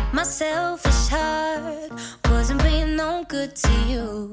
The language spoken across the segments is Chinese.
My selfish heart wasn't being no good to you.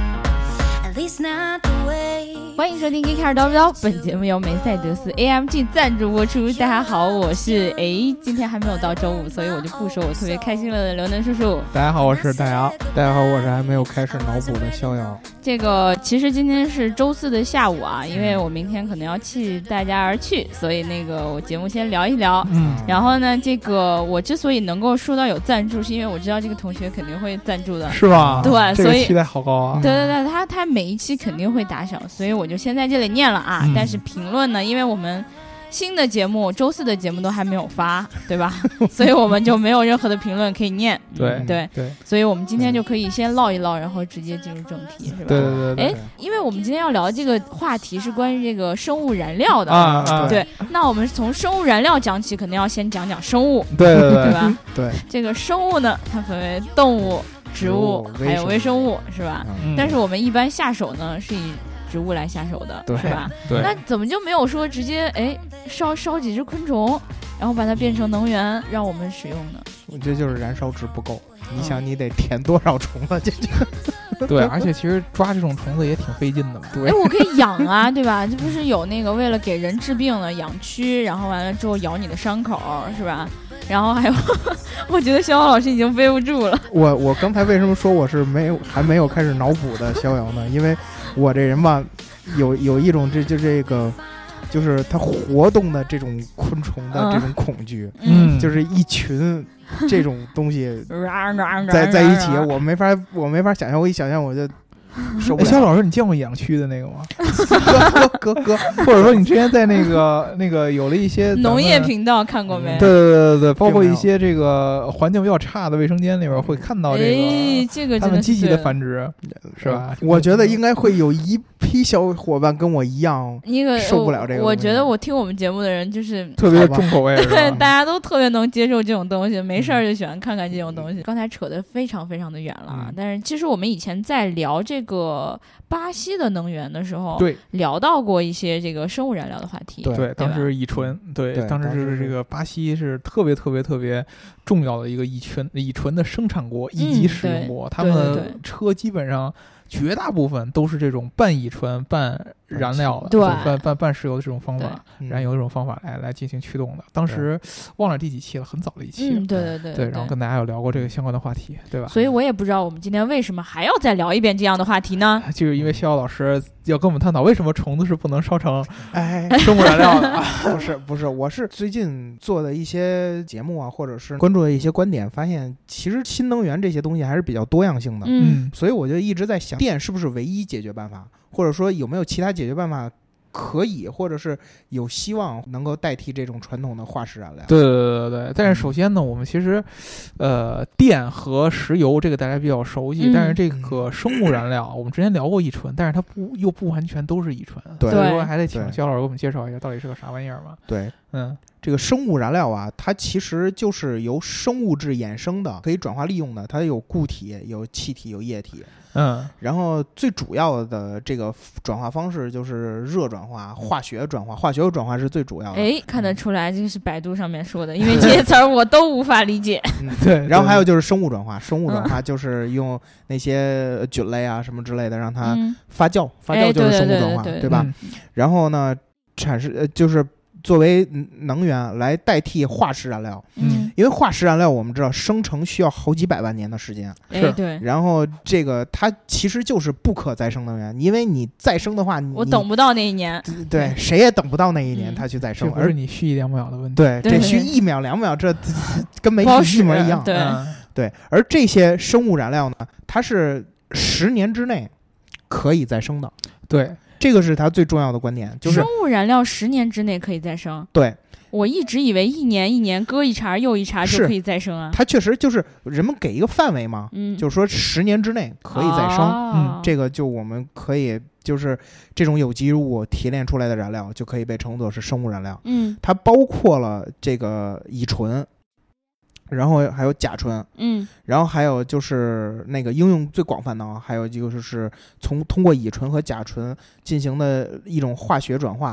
At least not the way. 欢迎收听一开始叨不叨，本节目由梅赛德斯 AMG 赞助播出。大家好，我是今天还没有到周五，所以我就不说我特别开心了的刘能叔叔。 大家好，我是大姚。大家好，我是还没有开始脑补的逍遥。 这个其实今天是周四的下午啊，因为我明天可能要弃大家而去，所以我节目先聊一聊。然后呢，这个我之所以能够说到有赞助，是因为我知道这个同学肯定会赞助的， 是吧？ 对，所以这个期待好高啊！ 对，他每一期肯定会打赏，所以我就先在这里念了啊。但是评论呢，因为我们新的节目周四的节目都还没有发，对吧？所以我们就没有任何的评论可以念。对，所以我们今天就可以先唠一唠，然后直接进入正题，是吧？ 对。 因为我们今天要聊的这个话题是关于这个生物燃料的对。那我们从生物燃料讲起，肯定要先讲讲生物，对吧？ 对。 这个生物呢，它分为动物、植物还有微生物，是吧？但是我们一般下手呢是以植物来下手的，是吧？ 对。 那怎么就没有说直接烧几只昆虫，然后把它变成能源让我们使用呢？ 我觉得就是燃烧值不够。你想，你得填多少虫子？对，而且其实抓这种虫子也挺费劲的嘛。对， 我可以养啊，对吧？这不是有那个为了给人治病的养蛆，然后完了之后咬你的伤口，是吧？然后还有，我觉得逍遥老师已经背不住了。 我刚才为什么说我是还没有开始脑补的逍遥呢？因为我这人吧，有一种这个。就是它活动的这种昆虫的这种恐惧，就是一群这种东西在一起，我没法想象，我一想象我就受不了。肖老师，你见过养蛆的那个吗？哥，或者说你之前在那个有了一些农业频道看过没？ 对，包括一些这个环境比较差的卫生间里边会看到这个他们积极的繁殖，是吧？我觉得应该会有一批小伙伴跟我一样受不了这个。 我觉得我听我们节目的人就是特别重口味， 对，大家都特别能接受这种东西，没事就喜欢看看这种东西。刚才扯得非常非常的远了，但是其实我们以前在聊这个巴西的能源的时候， 对， 聊到过一些这个生物燃料的话题。 对，当时乙醇，对，当时是这个巴西是特别重要的一个乙醇的生产国，一级使用国，他们车基本上绝大部分都是这种半乙醇半燃料的，半石油的这种方法，燃油这种方法来进行驱动的。当时忘了第几期了，很早的一期了。对，然后跟大家有聊过这个相关的话题，对吧？ 所以我也不知道我们今天为什么还要再聊一遍这样的话题呢？ 就是因为逍遥老师要跟我们探讨为什么虫子是不能烧成生物燃料的。不是，我是最近做的一些节目啊，或者是关注的一些观点，发现其实新能源这些东西还是比较多样性的。所以我就一直在想，电是不是唯一解决办法，或者说有没有其他解决办法可以，或者是有希望能够代替这种传统的化石燃料。对。但是首先呢，我们其实电和石油这个大家比较熟悉，但是这个生物燃料我们之前聊过乙醇，但是它又不完全都是乙醇，所以说还得请肖老师给我们介绍一下到底是个啥玩意儿嘛。对，这个生物燃料啊，它其实就是由生物质衍生的，可以转化利用的，它有固体、有气体、有液体。然后最主要的这个转化方式就是热转化、化学转化。化学转化是最主要的。 看得出来这个是百度上面说的，因为这些词儿我都无法理解。 对。然后还有就是生物转化，生物转化就是用那些菌类啊什么之类的让它发酵，发酵就是生物转化，对吧？然后呢，产生就是作为能源来代替化石燃料。因为化石燃料我们知道生成需要好几百万年的时间。 对。 然后这个它其实就是不可再生能源，因为你再生的话， 我等不到那一年。 对，谁也等不到那一年它去再生，而你续1-2秒的问题。对，这续1秒2秒，这跟没续一模一样。对。而这些生物燃料呢，它是10年之内可以再生的。对。这个是它最重要的观点，就是生物燃料10年之内可以再生。 对， 我一直以为一年割一茬又一茬就可以再生啊。 它确实就是人们给一个范围嘛，就是说10年之内可以再生。这个就我们可以就是这种有机物提炼出来的燃料就可以被称作是生物燃料。它包括了这个乙醇。然后还有甲醇，然后还有就是那个应用最广泛的，还有就是通过乙醇和甲醇进行的一种化学转化，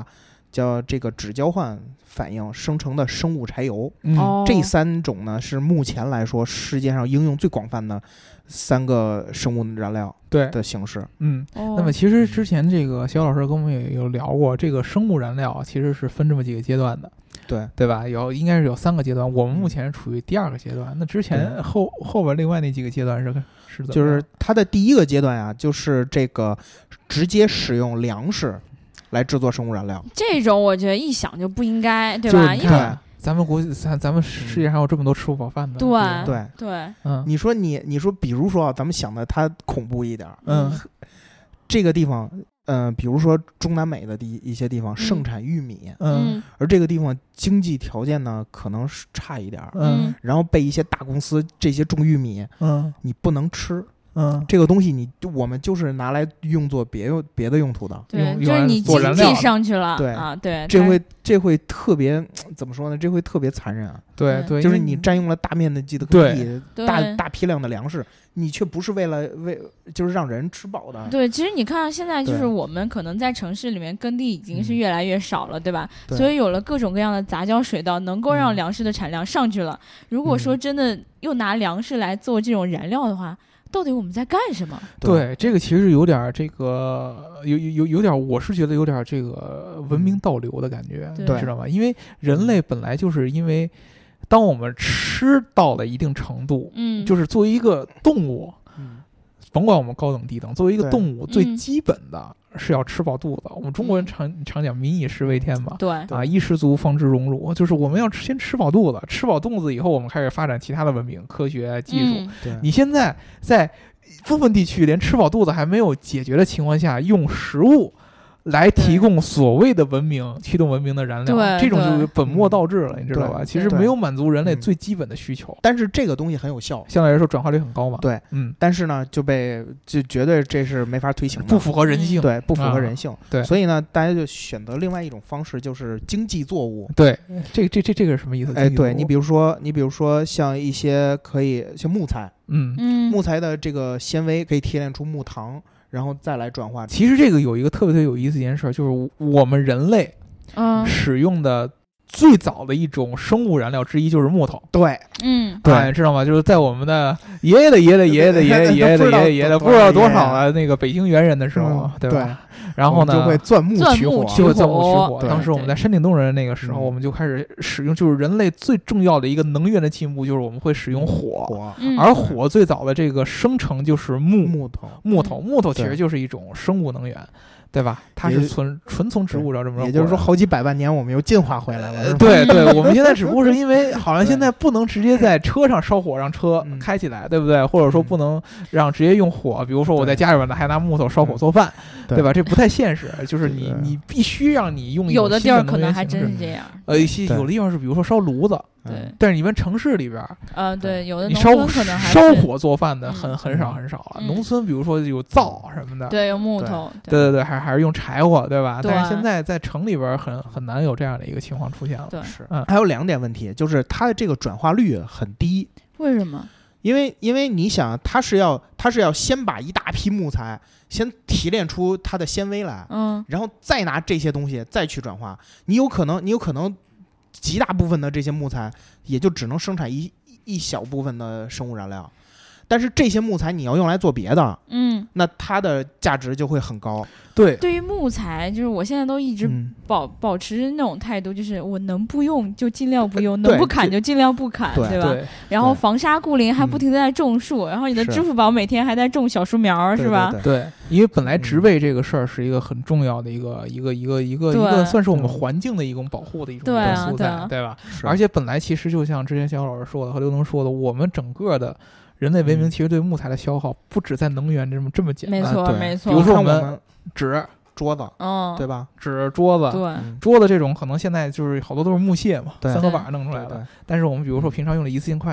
叫这个酯交换反应生成的生物柴油。 哦， 这3种呢是目前来说世界上应用最广泛的3个生物燃料的形式。 那么其实之前这个肖老师跟我们也有聊过，这个生物燃料其实是分这么几个阶段的。对吧？应该是有3个阶段，我们目前处于第2个阶段。那之前后边另外那几个阶段是怎么？ 就是它的第1个阶段啊，就是这个直接使用粮食来制作生物燃料。这种我觉得一想就不应该，对吧？因为咱们世界上有这么多吃不饱饭的。 对， 你说，比如说啊，咱们想的它恐怖一点，这个地方。比如说中南美的一些地方盛产玉米，而这个地方经济条件呢可能是差一点，然后被一些大公司这些种玉米，你不能吃，这个东西我们就是拿来用作别的用途的， 对，就是你经济上去了， 对啊，对， 这会特别怎么说呢？这会特别残忍啊， 对， 就是你占用了大面积的耕地，大批量的粮食。你却不是为就是让人吃饱的。 对，其实你看现在就是我们可能在城市里面耕地已经是越来越少了，对吧？所以有了各种各样的杂交水稻，能够让粮食的产量上去了。如果说真的又拿粮食来做这种燃料的话，到底我们在干什么？ 对，这个其实有点这个有点，我是觉得有点这个文明倒流的感觉，你知道吗？因为人类本来就是因为。当我们吃到了一定程度，就是作为一个动物，甭管我们高等低等，作为一个动物，最基本的是要吃饱肚子。我们中国人常讲民以食为天嘛， 对啊，衣食足方知荣辱，就是我们要先吃饱肚子，吃饱肚子以后，我们开始发展其他的文明、科学、技术。你现在在部分地区连吃饱肚子还没有解决的情况下，用食物来提供所谓的文明驱动文明的燃料，这种就是本末倒置了，你知道吧？其实没有满足人类最基本的需求， 但是这个东西很有效， 相对来说转化率很高嘛。 对，但是呢，就绝对这是没法推行的， 不符合人性， 对，不符合人性， 对， 所以呢，大家就选择另外一种方式，就是经济作物。 对，这个是什么意思？ 对你比如说像一些可以像木材，木材的这个纤维可以提炼出木糖。然后再来转化。 其实这个有一个特别有意思一件事，就是我们人类使用的最早的一种生物燃料之一就是木头。 对， 对，知道吗？就是在我们的爷爷的爷爷的爷爷的爷爷的爷爷的爷爷的不知道多少了那个北京猿人的时候，对吧？然后呢， 就会钻木取火。 当时我们在山顶洞人那个时候，我们就开始使用，就是人类最重要的一个能源的进步，就是我们会使用火。而火最早的这个生成就是木头其实就是一种生物能源。对吧？它是纯从植物上这么， 也就是说，好几百万年我们又进化回来了。 对，我们现在只不过是因为好像现在不能直接在车上烧火让车开起来，对不对？或者说不能让直接用火，比如说我在家里边还拿木头烧火做饭，对吧？这不太现实。就是你必须让你用有的地儿可能还真是这样。 有的地方是比如说烧炉子。 对， 但是你们城市里边， 对，有的你农村可能还烧火做饭的很少了。农村比如说有灶什么的， 对，有木头， 对，还是用柴火，对吧？但是现在在城里边很难有这样的一个情况出现了。 对， 是。还有2点问题，就是它的这个转化率很低。 为什么？ 因为你想，它是要先把一大批木材先提炼出它的纤维来，然后再拿这些东西再去转化。你有可能。极大部分的这些木材也就只能生产一小部分的生物燃料，但是这些木材你要用来做别的，那它的价值就会很高。 对于木材，就是我现在都一直保持那种态度，就是我能不用就尽量不用，能不砍就尽量不砍，对吧？然后防沙固林还不停地在种树，然后你的支付宝每天还在种小树苗，是吧？ 对，因为本来植被这个事儿是一个很重要的一个算是我们环境的一种保护的一种元素在，对吧？而且本来其实就像之前小老师说的和刘能说的，我们整个的人类文明其实对木材的消耗不止在能源这么简单， 没错。 比如说我们纸、 桌子，对吧？ 纸、桌子，桌子这种可能现在就是好多都是木屑嘛，三合板弄出来的。但是我们比如说平常用的一次性筷子，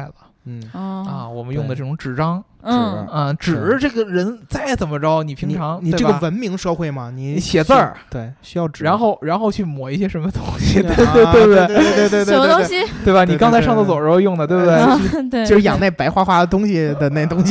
我们用的这种纸张， 纸这个人再怎么着，你平常你这个文明社会嘛，你写字儿， 对，需要纸， 然后去抹一些什么东西，对对， 什么东西， 对吧？你刚才上厕所的时候用的，对不对？ 对，就是养那白花花的东西的那东西，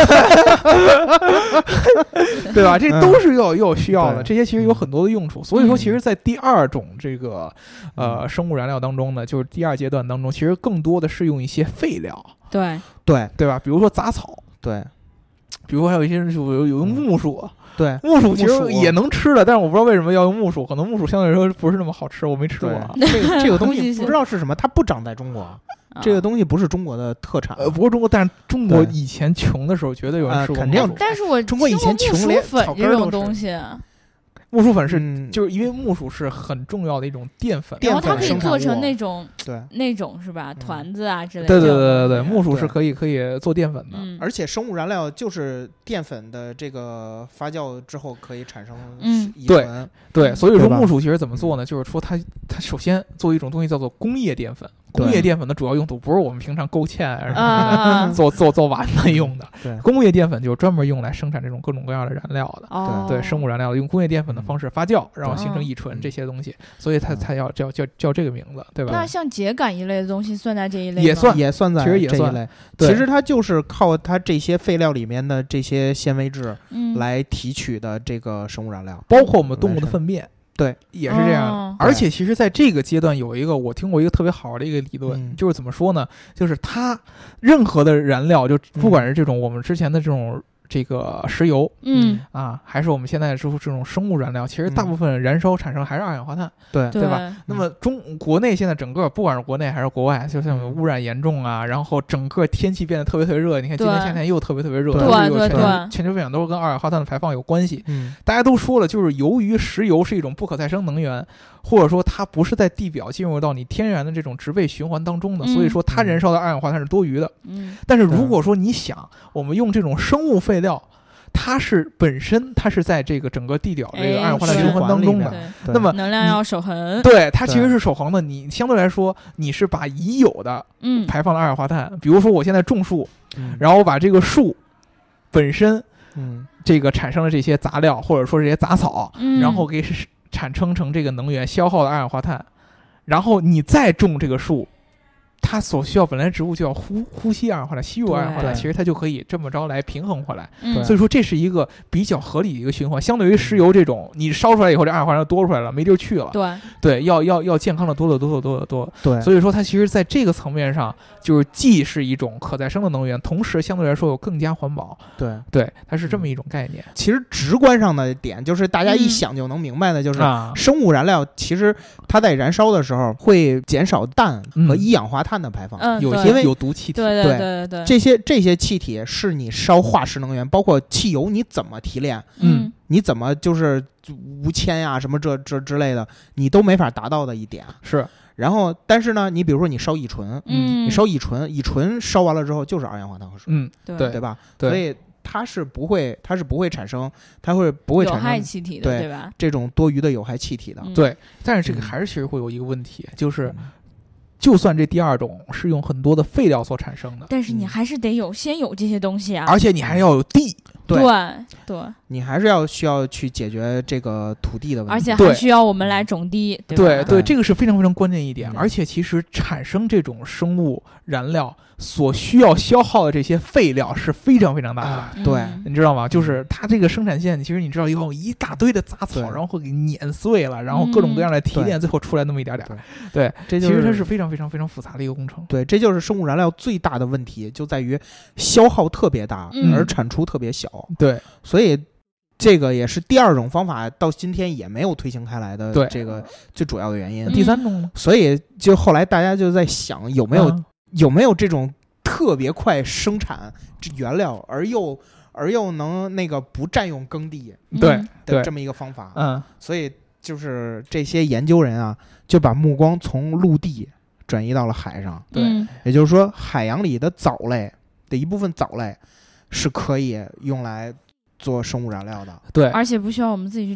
对吧？这都是有需要的，这些其实有很多的用处。所以说，其实，在第二种这个生物燃料当中呢，就是第二阶段当中，其实更多的是用一些废料， 对吧？比如说杂草， 对， 比如说还有一些人有用木薯。 对， 木薯其实也能吃的，但是我不知道为什么要用木薯，可能木薯相对来说不是那么好吃，我没吃过。 这个东西不知道是什么，它不长在中国。这个东西不是中国的特产， 不过但是中国以前穷的时候，绝对有人吃过。 肯定， 但是我中国以前穷连草根这种东西。 木薯粉就是因为木薯是很重要的一种淀粉， 然后它可以做成那种是吧，团子啊之类的。 对，木薯是可以做淀粉的， 而且生物燃料就是淀粉的这个发酵之后可以产生乙醇。 对，所以说木薯其实怎么做呢？就是说它首先做一种东西叫做工业淀粉。工业淀粉的主要用途不是我们平常勾芡做丸子用的，工业淀粉就是专门用来生产这种各种各样的燃料的，对，生物燃料用工业淀粉的方式发酵，然后形成乙醇这些东西，所以它才要叫这个名字，对吧？ 那像秸秆一类的东西算在这一类吗？ 也算在这一类。其实它就是靠它这些废料里面的这些纤维质来提取的这个生物燃料， 包括我们动物的粪便。对，也是这样的。而且其实在这个阶段有一个我听过一个特别好的一个理论，就是怎么说呢？就是它任何的燃料，就不管是这种我们之前的这种这个石油，还是我们现在说这种生物燃料，其实大部分燃烧产生还是二氧化碳，对吧？那么国内现在整个不管是国内还是国外，就像污染严重啊，然后整个天气变得特别特别热，你看今年夏天又特别特别热，全球变暖都是跟二氧化碳的排放有关系。大家都说了，就是由于石油是一种不可再生能源，或者说它不是在地表进入到你天然的这种植被循环当中的，所以说它燃烧的二氧化碳是多余的。但是如果说你想我们用这种生物废料，它本身是在这个整个地表这个二氧化碳循环当中的，那么能量要守恒， 对，它其实是守恒的。你相对来说，你是把已有的排放的二氧化碳，比如说我现在种树，然后我把这个树本身这个产生的这些杂料或者说这些杂草，然后给产生成这个能源消耗的二氧化碳，然后你再种这个树，它所需要本来植物就要呼吸二氧化碳，吸入二氧化碳，其实它就可以这么着来平衡回来。所以说这是一个比较合理的一个循环，相对于石油这种，你烧出来以后这二氧化碳多出来了，没地儿去了。对，要健康的多。对，所以说它其实在这个层面上，就是既是一种可再生的能源，同时相对来说又更加环保。对，它是这么一种概念。 其实直观上的点就是大家一想就能明白的，就是生物燃料其实它在燃烧的时候会减少氮和一氧化碳的排放， 有些有毒气体， 对， 这些气体是你烧化石能源，包括汽油，你怎么提炼，你怎么就是无铅呀什么这之类的，你都没法达到的一点是。 然后，但是呢，你比如说你烧乙醇，你烧乙醇烧完了之后就是二氧化碳和水，对吧？所以它是不会产生，有害气体的，对吧？ 这种多余的有害气体的， 对。但是这个还是其实会有一个问题，就是就算这第二种是用很多的废料所产生的， 但是你还是得先有这些东西啊， 而且你还要有地。 对， 你还是需要去解决这个土地的问题， 而且还需要我们来种地， 对，这个是非常非常关键一点。而且其实产生这种生物燃料所需要消耗的这些废料是非常非常大的， 对， 你知道吗？就是它这个生产线，其实你知道有一大堆的杂草，然后会给碾碎了，然后各种各样的提炼，最后出来那么一点点。对， 这其实它是非常非常非常复杂的一个工程。 对，这就是生物燃料最大的问题，就在于消耗特别大，而产出特别小。 对， 所以这个也是第二种方法到今天也没有推行开来的这个最主要的原因。 第三种呢？ 所以就后来大家就在想，有没有这种特别快生产原料而又能那个不占用耕地的这么一个方法。所以就是这些研究人啊，就把目光从陆地转移到了海上。 对， 也就是说海洋里的藻类的一部分藻类是可以用来做生物燃料的。 对， 而且不需要我们自己去种。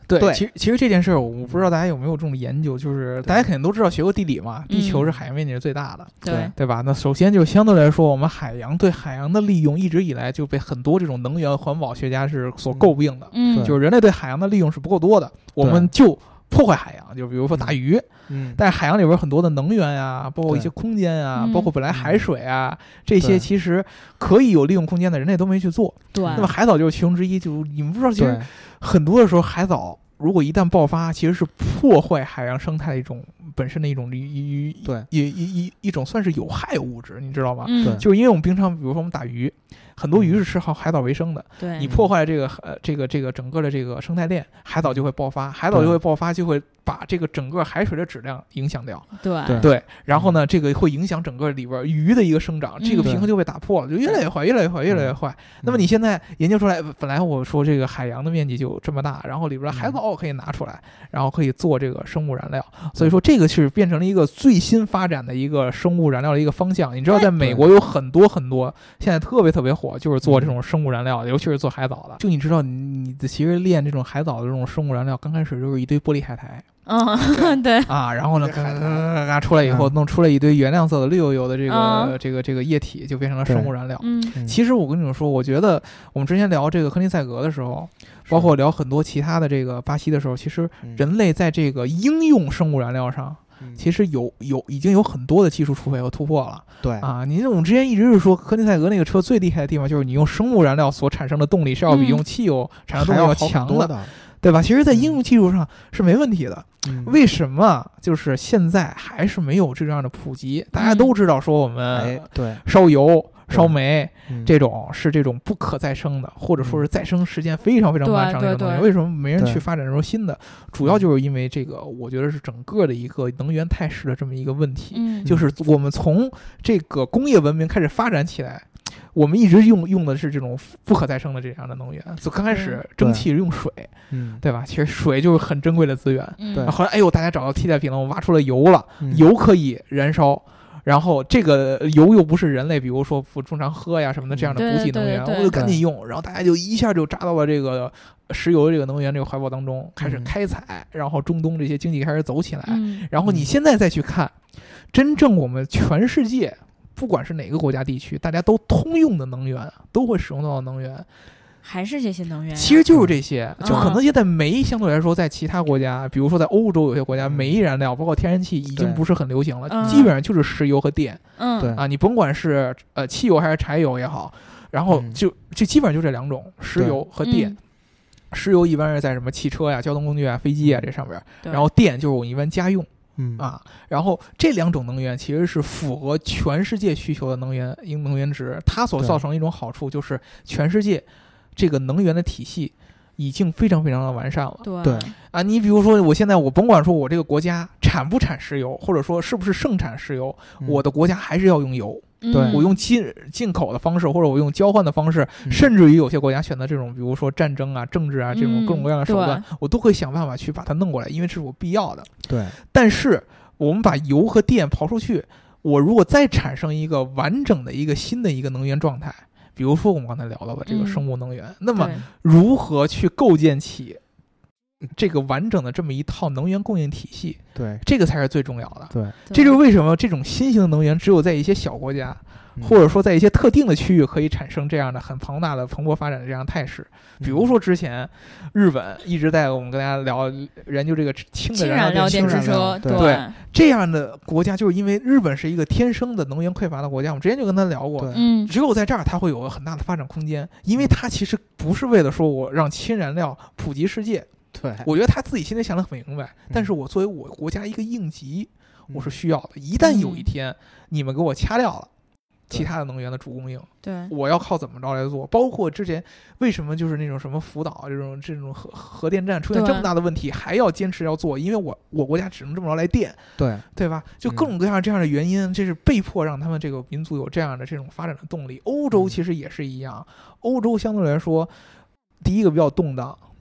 对，其实这件事儿，我不知道大家有没有这种研究，就是大家肯定都知道学过地理嘛，地球是海洋面积是最大的，对吧？那首先就相对来说，我们对海洋的利用一直以来就被很多这种能源环保学家是所诟病的，就是人类对海洋的利用是不够多的，我们就破坏海洋，就比如说打鱼，但是海洋里边很多的能源呀，包括一些空间啊，包括本来海水啊，这些其实可以有利用空间的，人类都没去做。 对， 那么海藻就是其中之一。就你们不知道，其实很多的时候，海藻如果一旦爆发，其实是破坏海洋生态的一种本身的一种一种算是有害物质，你知道吗？就是因为我们平常，比如说我们打鱼。很多鱼是吃海藻为生的，你破坏这个整个的这个生态链，海藻就会爆发，就会把这个整个海水的质量影响掉。对，然后呢，这个会影响整个里边鱼的一个生长，这个平衡就被打破了，就越来越坏，越来越坏。那么你现在研究出来，本来我说这个海洋的面积就这么大，然后里边海藻可以拿出来，然后可以做这个生物燃料，所以说这个是变成了一个最新发展的一个生物燃料的一个方向。你知道，在美国有很多现在特别火。就是做这种生物燃料，尤其是做海藻的。就你知道，你其实炼这种海藻的这种生物燃料，刚开始就是一堆玻璃海苔。 对啊，然后呢，嘎出来以后，弄出来一堆原亮色的绿油油的这个液体，就变成了生物燃料。其实我跟你们说，我觉得我们之前聊这个科尼塞格的时候，包括聊很多其他的这个巴西的时候，其实人类在这个应用生物燃料上。其实已经有很多的技术突飞和突破了。 对啊，我们之前一直是说科尼塞格那个车最厉害的地方就是你用生物燃料所产生的动力是要比用汽油产生动力要强的，对吧？其实在应用技术上是没问题的。为什么就是现在还是没有这样的普及？大家都知道说我们烧油烧煤这种是这种不可再生的，或者说是再生时间非常非常漫长的一个能源。为什么没人去发展这种新的？主要就是因为这个，我觉得是整个的一个能源态势的这么一个问题。就是我们从这个工业文明开始发展起来，我们一直用的是这种不可再生的这样的能源。就刚开始蒸汽用水，对吧？其实水就是很珍贵的资源。后来大家找到替代品了，我们挖出了油了，油可以燃烧。然后这个油又不是人类，比如说经常喝呀什么的这样的补给能源，我就赶紧用。然后大家就一下就扎到了这个石油这个能源这个怀抱当中，开始开采。然后中东这些经济开始走起来。然后你现在再去看，真正我们全世界不管是哪个国家地区，大家都通用的能源，都会使用到的能源。 还是这些能源， 其实就是这些。就可能现在煤相对来说，在其他国家，比如说在欧洲有些国家，煤燃料包括天然气已经不是很流行了，基本上就是石油和电。你甭管是汽油还是柴油也好，然后就基本上就这两种，石油和电。石油一般是在什么汽车呀、交通工具啊、飞机啊这上边，然后电就是我们一般家用。然后这两种能源其实是符合全世界需求的能源值，它所造成的一种好处就是全世界。这个能源的体系已经非常非常的完善了。 对啊，你比如说我甭管说我这个国家产不产石油，或者说是不是盛产石油，我的国家还是要用油。我用进口的方式，或者我用交换的方式，甚至于有些国家选择这种，比如说战争啊、政治啊这种各种各样的手段，我都会想办法去把它弄过来，因为这是我必要的。 对。 但是我们把油和电刨出去，我如果再产生一个完整的一个新的一个能源状态。比如说我们刚才聊到的这个生物能源，那么如何去构建起这个完整的这么一套能源供应体系？ 对， 这个才是最重要的。 对， 这就是为什么这种新型的能源只有在一些小国家，或者说在一些特定的区域可以产生这样的很庞大的蓬勃发展的这样态势。比如说之前日本一直在我们跟大家聊研究这个氢燃料电池车， 对这样的国家，就是因为日本是一个天生的能源匮乏的国家，我们之前就跟他聊过，只有在这儿它会有很大的发展空间，因为它其实不是为了说我让氢燃料普及世界， 对， 我觉得他自己心里想得很明白，但是我作为我国家一个应急，我是需要的，一旦有一天你们给我掐掉了其他的能源的主供应， 对， 我要靠怎么着来做？包括之前为什么就是那种什么福岛这种核电站出现这么大的问题，还要坚持要做？因为我国家只能这么着来电，对吧？就各种各样这样的原因，这是被迫让他们这个民族有这样的这种发展的动力。欧洲其实也是一样，欧洲相对来说，第一个比较动荡。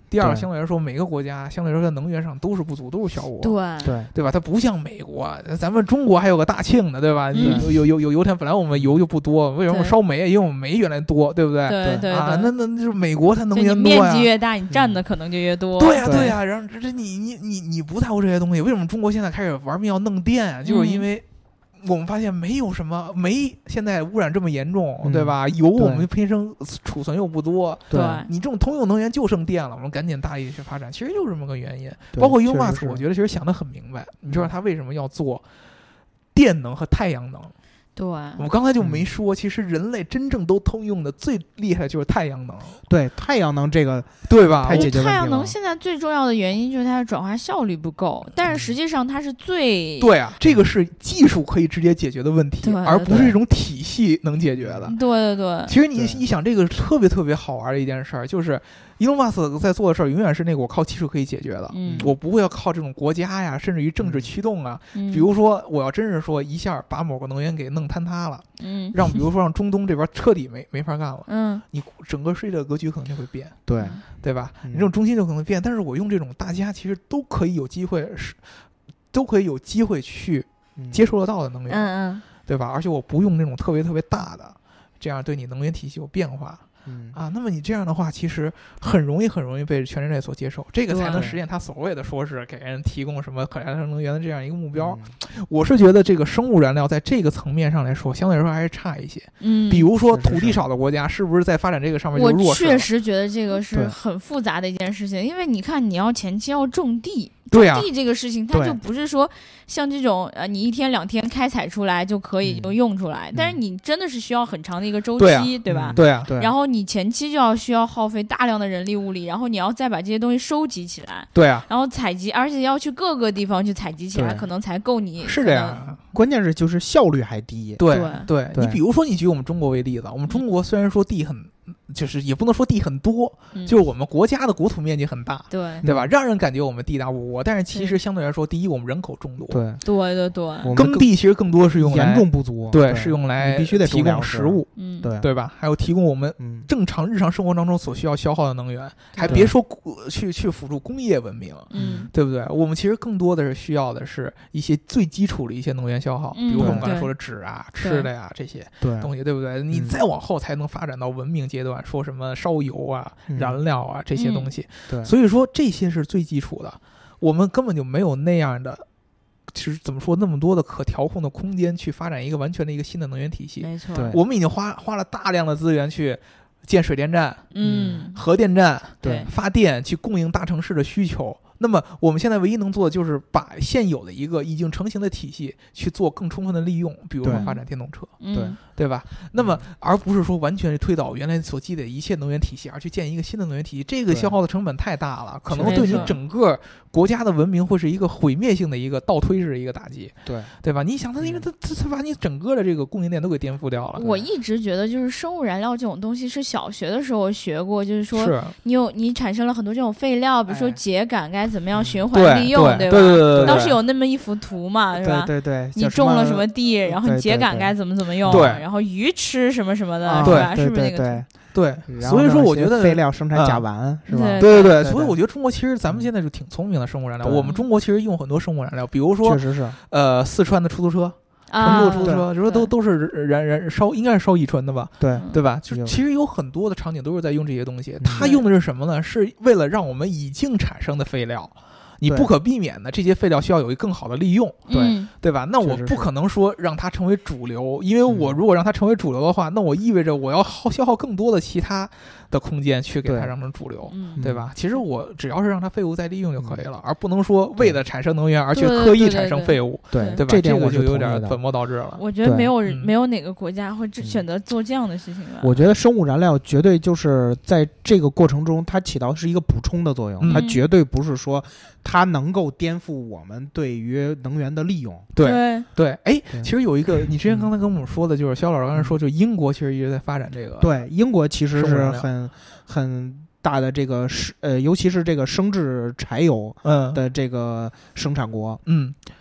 第二个，相对来说每个国家相对来说在能源上都是不足，都是小国，对吧？它不像美国，咱们中国还有个大庆呢，对吧？有油田，本来我们油就不多，为什么烧煤？因为我们煤原来多，对不对？ 对啊，那就是美国它能源多呀， 面积越大，你占的可能就越多。 对呀，然后这你不在乎这些东西，为什么中国现在开始玩命要弄电啊？就是因为我们发现没有什么煤，现在污染这么严重，对吧？油我们平生储存又不多， 对， 你这种通用能源就剩电了，我们赶紧大力去发展，其实就是这么个原因。包括 Elon Musk， 我觉得其实想得很明白，你知道他为什么要做电能和太阳能？ 对， 我刚才就没说，其实人类真正都通用的最厉害的就是太阳能。 对，太阳能这个， 对吧？ 太解决问题了。 太阳能现在最重要的原因就是它的转化效率不够，但是实际上它是最对啊，这个是技术可以直接解决的问题，而不是一种体系能解决的。 对。 其实你一想，这个特别特别好玩的一件事儿，就是Elon Musk在做的事儿永远是那个我靠技术可以解决的，我不会要靠这种国家呀，甚至于政治驱动啊。比如说，我要真是说一下把某个能源给弄坍塌了，比如说让中东这边彻底没法干了，你整个世界的格局可能就会变，对吧？你这种中心就可能变，但是我用这种大家其实都可以有机会去接受得到的能源，对吧？而且我不用那种特别特别大的，这样对你能源体系有变化。那么你这样的话，其实很容易被全人类所接受，这个才能实现他所谓的说是给人提供什么可再生能源的这样一个目标。我是觉得这个生物燃料在这个层面上来说，相对来说还是差一些。比如说土地少的国家，是不是在发展这个上面就弱势了？ 我确实觉得这个是很复杂的一件事情，因为你看，你要前期要种地。 对啊， 地这个事情，它就不是说像这种你1天2天开采出来就可以就用出来，但是你真的是需要很长的一个周期，对吧？ 对啊， 然后你前期就需要耗费大量的人力物力，然后你要再把这些东西收集起来， 对啊， 然后采集，而且要去各个地方去采集起来，可能才够你。 是这样， 关键是就是效率还低。 对，你比如说你举我们中国为例子，我们中国虽然说地很。就是也不能说地很多，就是我们国家的国土面积很大，对吧？让人感觉我们地大物博，但是其实相对来说，第一，我们人口众多， 对， 耕地其实更多是用来严重不足， 对，是用来必须得提供食物， 对吧？还有提供我们正常日常生活当中所需要消耗的能源，还别说去辅助工业文明，对不对？我们其实更多的是需要的是一些最基础的一些能源消耗，比如说我们刚才说的纸啊、吃的呀这些东西，对不对？你再往后才能发展到文明阶段，说什么烧油啊、燃料啊这些东西，所以说这些是最基础的，我们根本就没有那样的，其实怎么说那么多的可调控的空间去发展一个完全的一个新的能源体系。 没错， 我们已经花了大量的资源去建水电站、核电站，发电去供应大城市的需求。那么我们现在唯一能做的就是把现有的一个已经成型的体系去做更充分的利用，比如说发展电动车，对吧？那么而不是说完全推倒原来所积累的一切能源体系，而去建一个新的能源体系，这个消耗的成本太大了，可能对你整个国家的文明会是一个毁灭性的一个倒推式的一个打击，对吧？你想它，因为它把你整个的这个供应链都给颠覆掉了。 我一直觉得就是生物燃料这种东西是小学的时候学过，就是说你产生了很多这种废料，比如说秸秆该怎么样循环利用，对吧？ 对， 当时有那么一幅图嘛，是吧？ 对， 你种了什么地，然后你秸秆该怎么用，然后鱼吃什么什么的，是吧？是不是那个？ 对，所以说我觉得废料生产甲烷是吧？ 对，所以我觉得中国其实咱们现在就挺聪明的生物燃料。我们中国其实用很多生物燃料，比如说确实是四川的出租车。成都的出租车，就说都是燃烧，应该是烧乙醇的吧？对吧？就其实有很多的场景都是在用这些东西。它用的是什么呢？是为了让我们已经产生的废料，你不可避免的这些废料需要有一个更好的利用，对吧？那我不可能说让它成为主流，因为我如果让它成为主流的话，那我意味着我要消耗更多的其他的空间去给它让成主流，对吧？其实我只要是让它废物再利用就可以了，而不能说为了产生能源而去刻意产生废物，对吧？这个就有点本末倒置了。 我觉得没有哪个国家会选择做这样的事情吧。 我觉得生物燃料绝对就是在这个过程中，它起到是一个补充的作用，它绝对不是说它能够颠覆我们对于能源的利用。 对，其实有一个，你之前刚才跟我们说的，就是肖老师刚才说，就英国其实一直在发展这个。对， 英国其实是很大的这个尤其是这个生制柴油的这个生产国。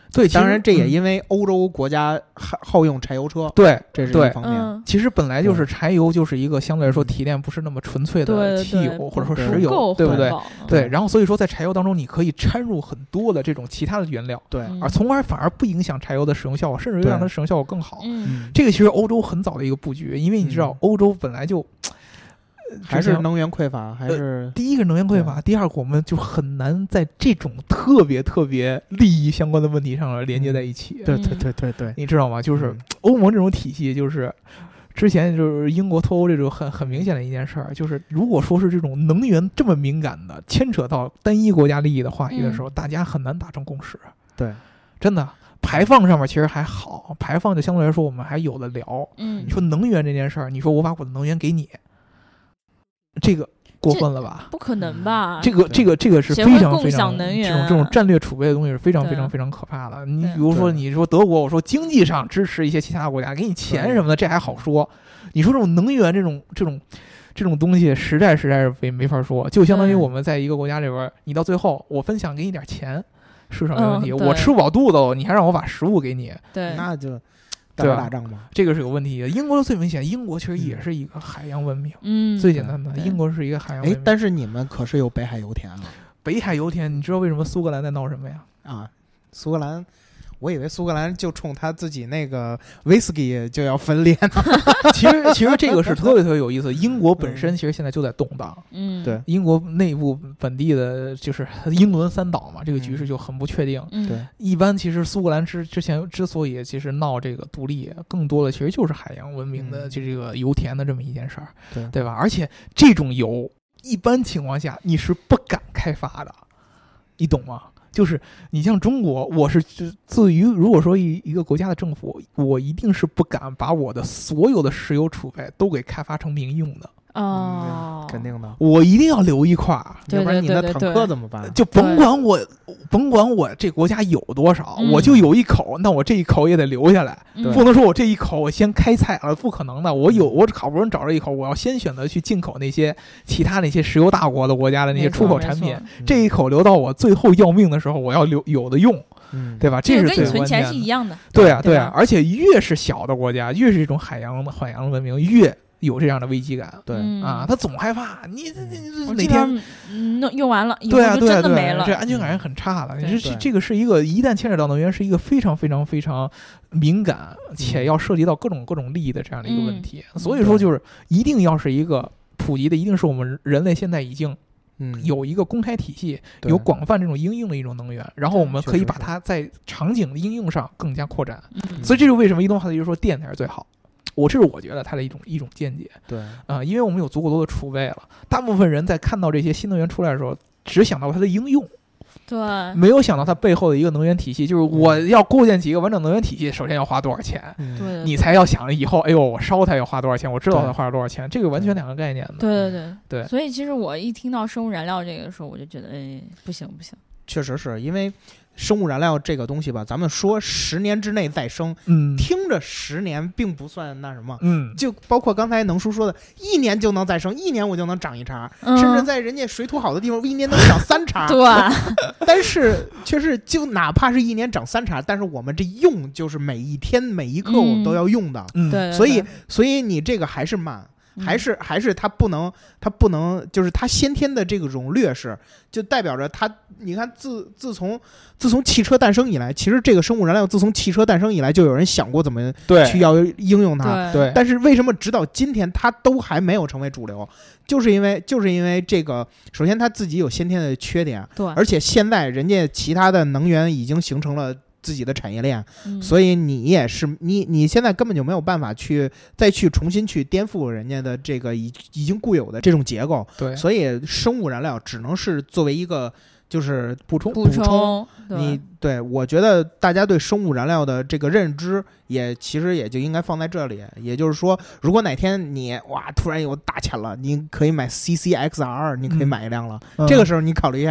对， 当然这也因为欧洲国家好用柴油车， 对， 这是一方面。 其实本来就是柴油就是一个相对来说提炼不是那么纯粹的汽油或者说石油，对不对？对，然后所以说在柴油当中你可以掺入很多的这种其他的原料， 对， 而从而反而不影响柴油的使用效果，甚至于让它使用效果更好。 这个其实欧洲很早的一个布局，因为你知道欧洲本来就。 还是能源匮乏，还是第一个能源匮乏，第二个我们就很难在这种特别利益相关的问题上连接在一起。 对， 你知道吗？就是欧盟这种体系，就是之前就是英国脱欧这种很明显的一件事儿，就是如果说是这种能源这么敏感的，牵扯到单一国家利益的话题的时候，大家很难达成共识。 对， 真的。排放上面其实还好，排放就相对来说我们还有的聊。你说能源这件事儿，你说我把我的能源给你。这个过分了吧？ 不可能吧？ 这个是非常非常能源这种战略储备的东西是非常非常可怕的。你比如说，你说德国，我说经济上支持一些其他国家，给你钱什么的，这还好说。你说这种能源这种东西，实在是没法说。就相当于我们在一个国家里边，你到最后我分享给你点钱，是什么问题？我吃不饱肚子了，你还让我把食物给你？ 对， 那就。 对打仗嘛， 这个是有问题的。英国的最明显，英国其实也是一个海洋文明，最简单的，英国是一个海洋文明。 但是你们可是有北海油田啊！ 北海油田，你知道为什么苏格兰在闹什么呀？ 啊，苏格兰，我以为苏格兰就冲他自己那个威士忌就要分裂呢。 其实这个是特别有意思。英国本身其实现在就在动荡， 对， 英国内部本地的就是英伦三岛嘛，这个局势就很不确定。 对， 一般其实苏格兰之前之所以其实闹这个独立，更多的其实就是海洋文明的就这个油田的这么一件事儿，对吧？而且这种油一般情况下你是不敢开发的，你懂吗？就是你像中国，我是至于如果说一个国家的政府，我一定是不敢把我的所有的石油储备都给开发成民用的。 肯定的， 我一定要留一块， 要不然你的坦克怎么办？ 就甭管我这国家有多少，我就有一口，那我这一口也得留下来，不能说我这一口我先开采了，不可能的。我好不容易找着一口，我要先选择去进口那些其他那些石油大国的国家的那些出口产品，这一口留到我最后要命的时候，我要有的用。对吧？这是最关键的。 跟你存钱是一样的。 对啊，而且越是小的国家，越是这种海洋文明，越有这样的危机感。 对啊，他总害怕你哪天用完了， 对啊， 真的没了， 这安全感是很差的。这个是一个一旦牵扯到能源，是一个非常非常非常敏感且要涉及到各种利益的这样的一个问题。所以说，就是一定要是一个普及的，一定是我们人类现在已经。有一个公开体系，有广泛这种应用的一种能源，然后我们可以把它在场景的应用上更加扩展。所以这是为什么移动化的就是说电才是最好。这是我觉得它的一种见解。 对因为我们有足够多的储备了，大部分人在看到这些新能源出来的时候，只想到它的应用。 对， 没有想到它背后的一个能源体系，就是我要构建起一个完整能源体系，首先要花多少钱，你才要想以后，哎呦，我烧它要花多少钱，我知道它花了多少钱，这个完全两个概念的。对。 所以其实我一听到生物燃料这个的时候，我就觉得，不行。 确实是因为生物燃料这个东西吧，咱们说10年之内再生，听着10年并不算那什么，就包括刚才能叔说的，1年就能再生，1年我就能长一茬，甚至在人家水土好的地方，1年能长3茬。 对， 但是确实，就哪怕是1年长3茬，但是我们这用就是每一天每一刻我们都要用的， 对， 所以你这个还是慢。还是它不能，就是它先天的这种劣势，就代表着它。你看，自从汽车诞生以来，其实这个生物燃料自从汽车诞生以来，就有人想过怎么去要应用它。 对。 但是为什么直到今天它都还没有成为主流？就是因为这个，首先它自己有先天的缺点， 对， 而且现在人家其他的能源已经形成了自己的产业链，所以你也是你现在根本就没有办法再去重新去颠覆人家的这个已经固有的这种结构。 对， 所以生物燃料只能是作为一个就是补充。我觉得大家对生物燃料的这个认知其实也就应该放在这里。也就是说，如果哪天你突然有大钱了，你可以买 CCXR， 你可以买一辆了。这个时候你考虑一下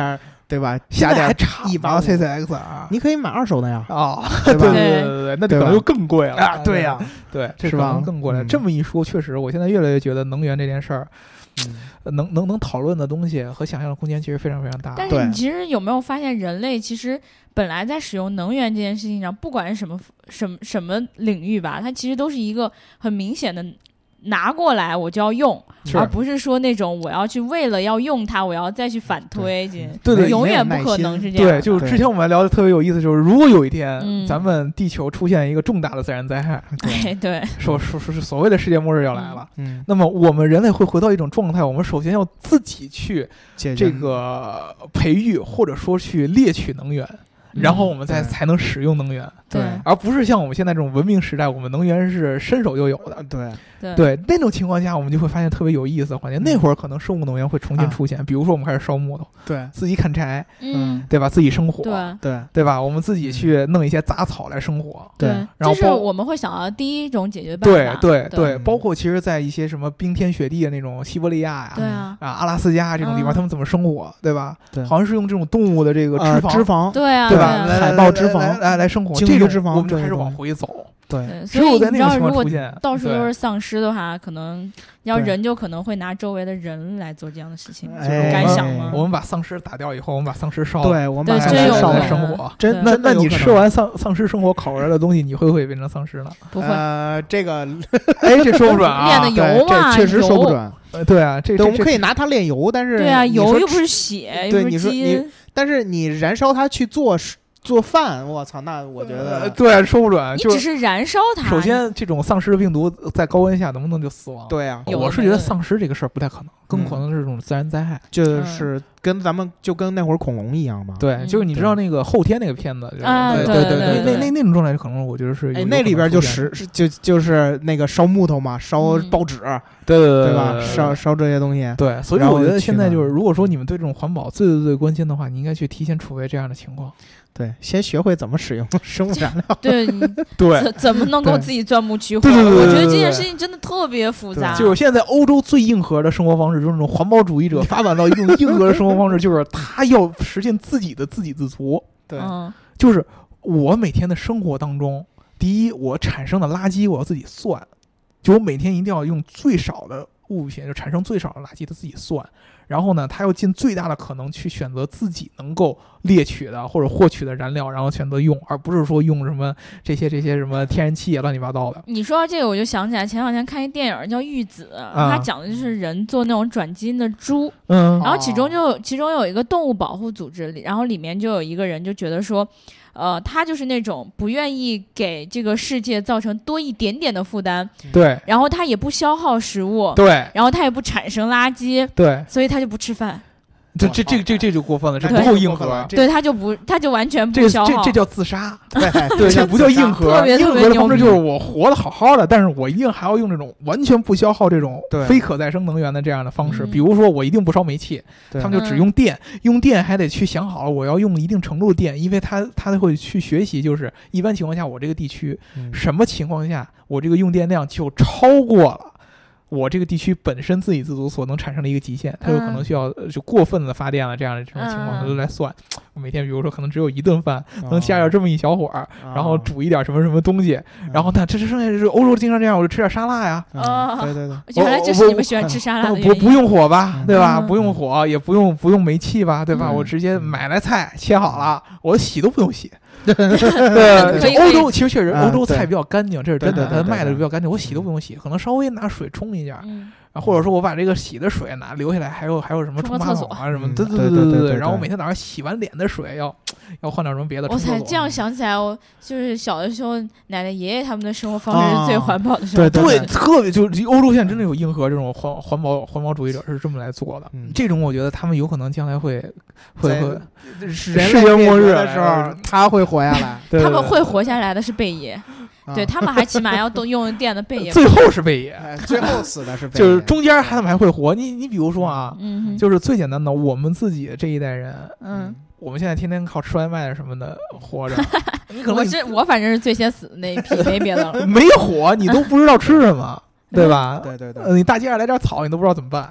对吧？ 现在还 180 CCXR， 你可以买2手的呀， 对吧？ 对， 那可能就更贵了啊！对呀， 对，这是吧？更贵了。这么一说，确实，我现在越来越觉得能源这件事儿，能讨论的东西和想象的空间其实非常非常大。 但是你其实有没有发现，人类其实本来在使用能源这件事情上，不管是什么领域吧，它其实都是一个很明显的。拿过来我就要用，而不是说那种我要去为了要用它，我要再去反推， 对， 永远不可能是这样。 对，就是之前我们聊的特别有意思，就是如果有一天咱们地球出现一个重大的自然灾害， 对， 说是所谓的世界末日要来了，那么我们人类会回到一种状态，我们首先要自己去这个培育或者说去猎取能源。然后我们才能使用能源， 对， 而不是像我们现在这种文明时代，我们能源是伸手就有的， 对， 那种情况下，我们就会发现特别有意思的环节。那会儿可能生物能源会重新出现，比如说我们开始烧木头， 对， 自己砍柴，对吧？自己生火，对吧？我们自己去弄一些杂草来生火， 对， 然后这是我们会想到第一种解决办法， 对，包括其实，在一些什么冰天雪地的那种西伯利亚呀，阿拉斯加这种地方，他们怎么生火，对吧？ 对， 好像是用这种动物的这个脂肪， 对啊， 对吧？ 海豹脂肪来生活， 鲸鱼脂肪， 我们就开始往回走。 对， 所以你知道，如果到处都是丧尸的话，可能要人就可能会拿周围的人来做这样的事情， 有感想吗？ 我们把丧尸打掉以后，我们把丧尸烧了， 对，我们把丧尸烧了生活。 那你吃完丧尸生活烤出来的东西，你会不会变成丧尸呢？ 不会。 这个， 这说不准啊。 炼的油嘛， 确实说不准。 对啊， 我们可以拿它炼油，但是对啊，油又不是血， 对， 又不是基因。 但是你燃烧它去做饭，我操，那我觉得对，说不准。 你只是燃烧它。 首先，这种丧尸病毒在高温下能不能就死亡？ 对啊， 我是觉得丧尸这个事儿不太可能，更可能是这种自然灾害， 就是跟咱们就跟那会儿恐龙一样嘛。 对，就是你知道那个后天那个片子，对，那种状态可能我觉得是， 那里边就是那个烧木头嘛，烧报纸， 对吧？烧这些东西。 对，所以我觉得现在就是，如果说你们对这种环保最关心的话，你应该去提前储备这样的情况。 对，先学会怎么使用生物燃料。 对，怎么能够自己钻木取火？我觉得这件事情真的特别复杂。 就是现在欧洲最硬核的生活方式，就是那种环保主义者发展到一种硬核的生活方式，就是他要实现自己的自给自足。 对， 就是我每天的生活当中，第一，我产生的垃圾我要自己算，就我每天一定要用最少的物品，就产生最少的垃圾，他自己算。然后呢，他要尽最大的可能去选择自己能够猎取的或者获取的燃料，然后选择用，而不是说用什么这些什么天然气啊乱七八糟的。 你说到这个，我就想起来前两天看一电影叫《玉子》，它讲的就是人做那种转基因的猪，然后其中有一个动物保护组织，然后里面就有一个人就觉得说。他就是那种不愿意给这个世界造成多一点点的负担， 对， 然后他也不消耗食物， 对， 然后他也不产生垃圾， 对， 所以他就不吃饭。 这就过分了，这不够硬核。 对，他就完全不消耗， 这叫自杀。 对， 这不叫硬核。硬核的方式就是我活得好好的，但是我一定还要用这种完全不消耗这种非可再生能源的这样的方式。比如说，我一定不烧煤气，他们就只用电，用电还得去想好了我要用一定程度的电，因为他会去学习，就是一般情况下我这个地区什么情况下我这个用电量就超过了。我这个地区本身自给自足所能产生的一个极限，它有可能需要就过分的发电了，这样的这种情况，它都来算。我每天比如说可能只有一顿饭，能加点这么一小会儿，然后煮一点什么什么东西，然后这剩下就是欧洲经常这样，我就吃点沙拉呀。 对， 原来这是你们喜欢吃沙拉的原因。 不用火吧，对吧？不用火，也不用煤气吧，对吧？我直接买来菜切好了，我洗都不用洗。对，欧洲其实确实欧洲菜比较干净，这是真的，它卖的比较干净，我洗都不用洗，可能稍微拿水冲一下，或者说我把这个洗的水留下来，还有什么冲马桶啊什么，对，然后我每天早上洗完脸的水要换点什么别的。 我才这样想起来，我就是小的时候奶奶爷爷他们的生活方式是最环保的生活。 对，特别就是欧洲现在真的有硬核这种环保主义者是这么来做的。这种我觉得他们有可能将来会世界末日的时候他会活下来。 他们会活下来的是贝爷。对他们还起码要都用电的贝爷， 最后是贝爷， 最后死的是贝爷， 就是中间他们还会活。你比如说啊，就是最简单的，我们自己这一代人，我们现在天天靠吃外卖什么的活着。你可能我反正是最先死的那一批，没别的了。 没火，你都不知道吃什么，对吧？ 对， 你大街上来点草，你都不知道怎么办。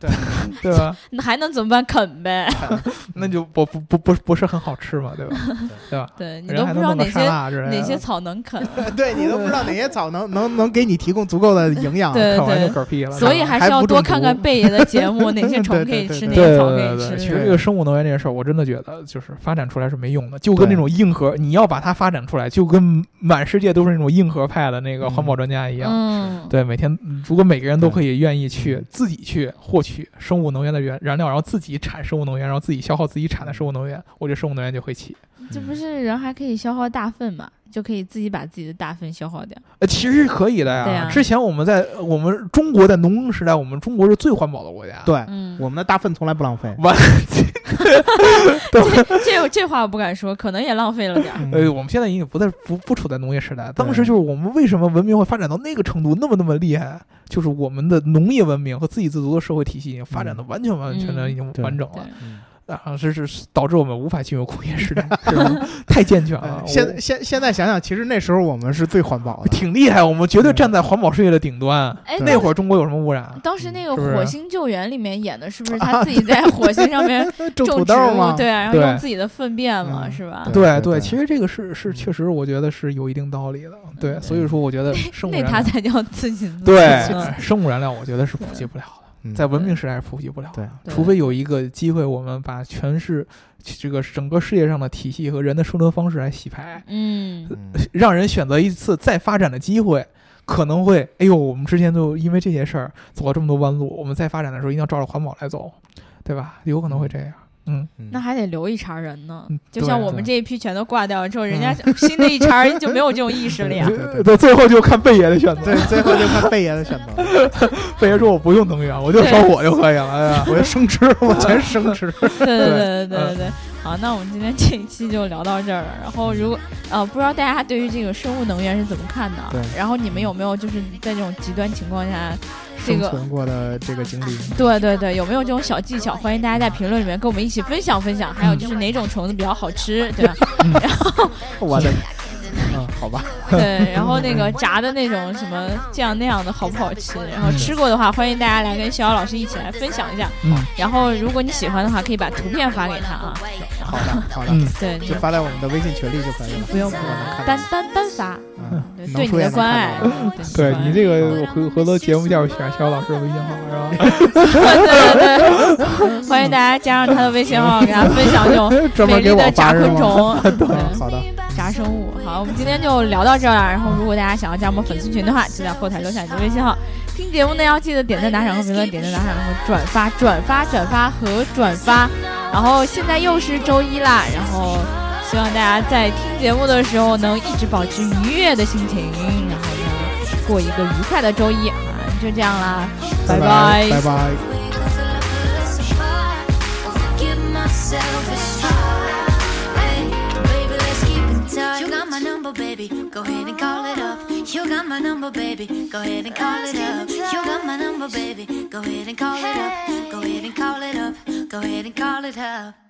对吧？ 那还能怎么办？啃呗。 那就不是很好吃嘛，对吧？对吧？ 对你都不知道哪些草能啃， 对你都不知道哪些草能给你提供足够的营养， 对啃完就嗝屁了。 所以还是要多看看贝爷的节目，哪些虫可以吃，哪些草可以吃。 其实这个生物能源这件事儿，我真的觉得就是发展出来是没用的，就跟那种硬核，你要把它发展出来，就跟满世界都是那种硬核派的那个环保专家一样。对，每天如果每个人都可以愿意去自己去获取生物能源的燃料，然后自己产生物能源，然后自己消耗自己产的生物能源，我觉得生物能源就会起。 这不是人还可以消耗大粪嘛？就可以自己把自己的大粪消耗掉。 其实是可以的呀。 对啊， 之前我们中国在农耕时代，我们中国是最环保的国家。 对，我们的大粪从来不浪费。 这话我不敢说，可能也浪费了点。 我们现在已经不处在农业时代，当时就是我们为什么文明会发展到那个程度，那么厉害，就是我们的农业文明和自给自足的社会体系已经发展的完全的已经完整了。是导致我们无法进入工业时代，是吧？太健全了。 现在想想，其实那时候我们是最环保的， 挺厉害，我们绝对站在环保事业的顶端。那会儿中国有什么污染？ 当时那个《火星救援》里面演的是不是他自己在火星上面种土豆吗？ 对啊，然后用自己的粪便嘛，是吧？ 对，其实这个是确实，我觉得是有一定道理的。对，所以说我觉得生物燃料那它才叫自给自足。 对，生物燃料我觉得是普及不了的。在文明时代是普及不了的，除非有一个机会，我们把全是这个整个世界上的体系和人的生存方式来洗牌，让人选择一次再发展的机会，可能会，我们之前就因为这些事儿走了这么多弯路，我们再发展的时候一定要照着环保来走，对吧？有可能会这样。 那还得留一茬人呢，就像我们这一批全都挂掉了之后，人家新的一茬人就没有这种意识了呀。 对，最后就看贝爷的选择。 对，最后就看贝爷的选择。 贝爷说我不用能源，我就烧火就可以了。哎呀， 我就生吃，我全生吃。 对。好，那我们今天这一期就聊到这儿了。然后如果不知道大家对于这个生物能源是怎么看的？对。然后你们有没有就是在这种极端情况下生存过的这个经历？ 对，有没有这种小技巧？欢迎大家在评论里面跟我们一起分享。还有就是哪种虫子比较好吃，对吧？然后我的。好吧。 对，然后那个炸的那种什么这样那样的好不好吃？然后吃过的话，欢迎大家来跟逍遥老师一起来分享一下。然后如果你喜欢的话，可以把图片发给他啊。 好的。对，就发在我们的微信群里就可以了。 不用单发。对你的关爱。 对你这个回头节目叫选逍遥老师的微信号是吧？ 对，欢迎大家加上他的微信号，给他分享这种美丽的炸昆虫。 好的。 炸生物。好，我们今天就聊到这儿了。然后如果大家想要加我们粉丝群的话，就在后台留下你的微信号。听节目呢要记得点赞打赏和评论，点赞打赏和转发。然后现在又是周一啦，然后希望大家在听节目的时候能一直保持愉悦的心情，然后呢过一个愉快的周一啊！就这样啦，拜拜。 You got my number, baby, go ahead and call it up. You got my number, baby, go ahead and call it up. You got my number, baby, go ahead and call it up. Go ahead and call it up. Go ahead and call it up.